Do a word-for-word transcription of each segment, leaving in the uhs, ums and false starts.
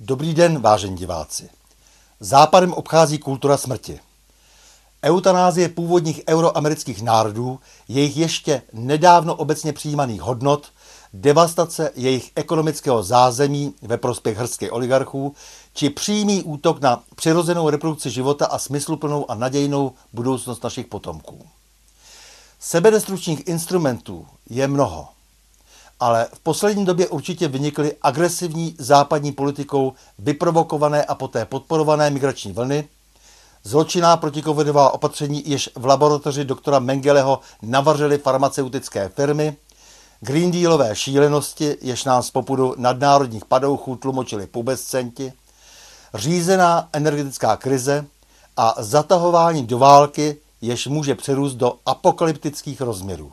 Dobrý den, vážení diváci. Západem obchází kultura smrti. Eutanázie původních euroamerických národů, jejich ještě nedávno obecně přijímaných hodnot, devastace jejich ekonomického zázemí ve prospěch hrstky oligarchů, či přímý útok na přirozenou reprodukci života a smysluplnou a nadějnou budoucnost našich potomků. Sebedestrukčních instrumentů je mnoho, ale v poslední době určitě vynikly agresivní západní politikou vyprovokované a poté podporované migrační vlny, zločinná protikovidová opatření, jež v laboratoři doktora Mengeleho navařily farmaceutické firmy, Green Dealové šílenosti, jež nám z popudu nadnárodních padouchů tlumočili pubescenti, řízená energetická krize a zatahování do války, jež může přerůst do apokalyptických rozměrů.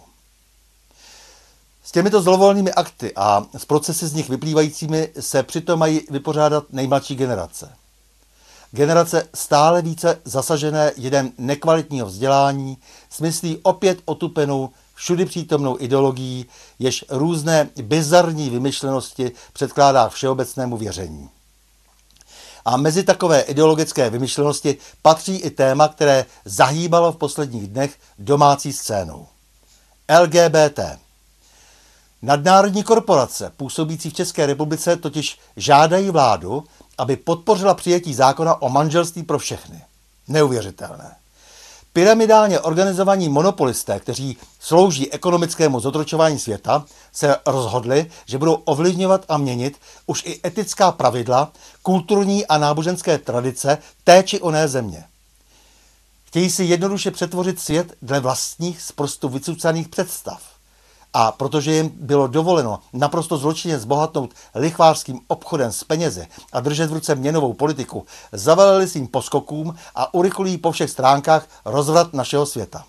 S těmito zlovolnými akty a s procesy z nich vyplývajícími se přitom mají vypořádat nejmladší generace. Generace stále více zasažené jedem nekvalitního vzdělání, smyslí opět otupenou všudy přítomnou ideologií, jež různé bizarní vymyšlenosti předkládá k všeobecnému věření. A mezi takové ideologické vymyšlenosti patří i téma, které zahýbalo v posledních dnech domácí scénou. L G B T. Nadnárodní korporace působící v České republice totiž žádají vládu, aby podpořila přijetí zákona o manželství pro všechny. Neuvěřitelné. Pyramidálně organizovaní monopolisté, kteří slouží ekonomickému zotročování světa, se rozhodli, že budou ovlivňovat a měnit už i etická pravidla, kulturní a náboženské tradice té či oné země. Chtějí si jednoduše přetvořit svět dle vlastních zprostu vycucaných představ. A protože jim bylo dovoleno naprosto zločinně zbohatnout lichvářským obchodem s penězi a držet v ruce měnovou politiku, zavalili svým poskokům a urychlují po všech stránkách rozvrat našeho světa.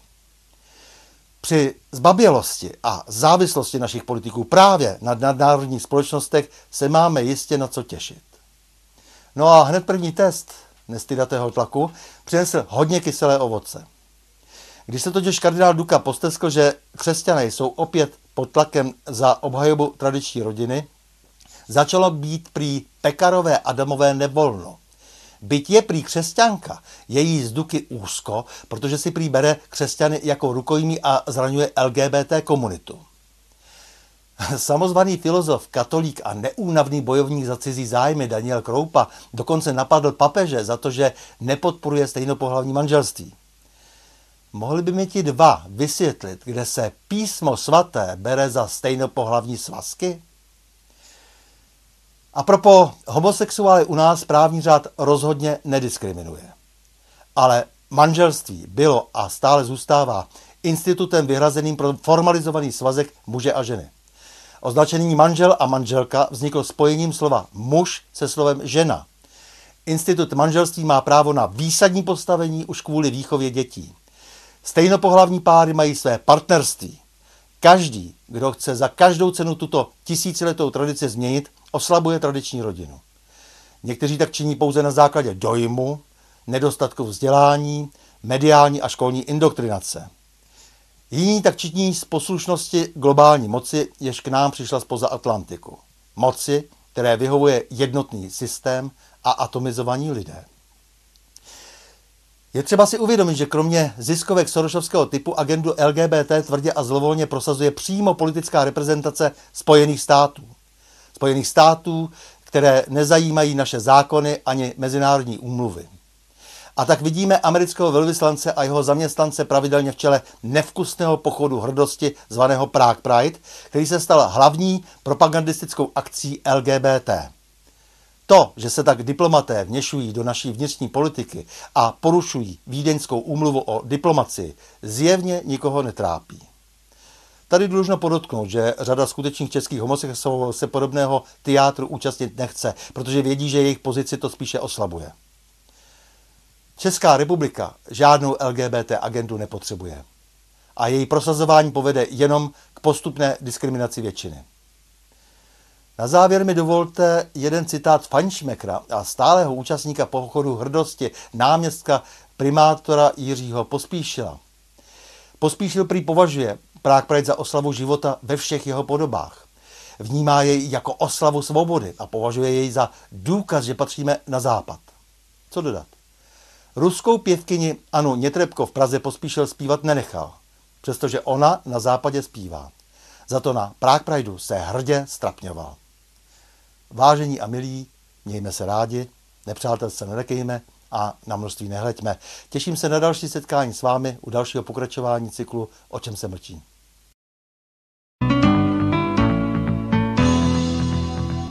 Při zbabělosti a závislosti našich politiků právě na nadnárodních společnostech se máme jistě na co těšit. No a hned první test nestydatého tlaku přinesl hodně kyselé ovoce. Když se totiž kardinál Duka posteskl, že křesťané jsou opět pod tlakem za obhajobu tradiční rodiny, začalo být prý Pekarové Adamové nevolno. Byť je prý křesťanka, je jí z Duky úzko, protože si prý bere křesťany jako rukojmí a zraňuje L G B T komunitu. Samozvaný filozof, katolík a neúnavný bojovník za cizí zájmy Daniel Kroupa dokonce napadl papeže za to, že nepodporuje stejnopohlavní manželství. Mohli by mi ti dva vysvětlit, kde se písmo svaté bere za stejnopohlavní svazky? A propo, homosexuály u nás právní řád rozhodně nediskriminuje. Ale manželství bylo a stále zůstává institutem vyhrazeným pro formalizovaný svazek muže a ženy. Označení manžel a manželka vzniklo spojením slova muž se slovem žena. Institut manželství má právo na výsadní postavení už kvůli výchově dětí. Stejnopohlavní páry mají své partnerství. Každý, kdo chce za každou cenu tuto tisíciletou tradici změnit, oslabuje tradiční rodinu. Někteří tak činí pouze na základě dojmu, nedostatku vzdělání, mediální a školní indoktrinace. Jiní tak činí z poslušnosti globální moci, jež k nám přišla zpoza Atlantiku. Moci, které vyhovuje jednotný systém a atomizovaní lidé. Je třeba si uvědomit, že kromě ziskovek sorosovského typu agendu L G B T tvrdě a zlovolně prosazuje přímo politická reprezentace Spojených států. Spojených států, které nezajímají naše zákony ani mezinárodní úmluvy. A tak vidíme amerického velvyslance a jeho zaměstnance pravidelně v čele nevkusného pochodu hrdosti zvaného Prague Pride, který se stal hlavní propagandistickou akcí L G B T. To, že se tak diplomaté vněšují do naší vnitřní politiky a porušují Vídeňskou úmluvu o diplomacii, zjevně nikoho netrápí. Tady dlužno podotknout, že řada skutečných českých homosexuálů se podobného teátru účastnit nechce, protože vědí, že jejich pozici to spíše oslabuje. Česká republika žádnou L G B T agendu nepotřebuje. A její prosazování povede jenom k postupné diskriminaci většiny. Na závěr mi dovolte jeden citát Fajnšmekra a stálého účastníka pochodu hrdosti, náměstka primátora Jiřího Pospíšila. Pospíšil prý považuje Prague Pride za oslavu života ve všech jeho podobách. Vnímá jej jako oslavu svobody a považuje jej za důkaz, že patříme na západ. Co dodat? Ruskou pěvkyni Anu Nětrebko v Praze Pospíšil zpívat nenechal, přestože ona na západě zpívá. Za to na Prague Prideu se hrdě strapňoval. Vážení a milí, mějme se rádi, nepřátel se nelekejme a na množství nehleďme. Těším se na další setkání s vámi u dalšího pokračování cyklu O čem se mlčí.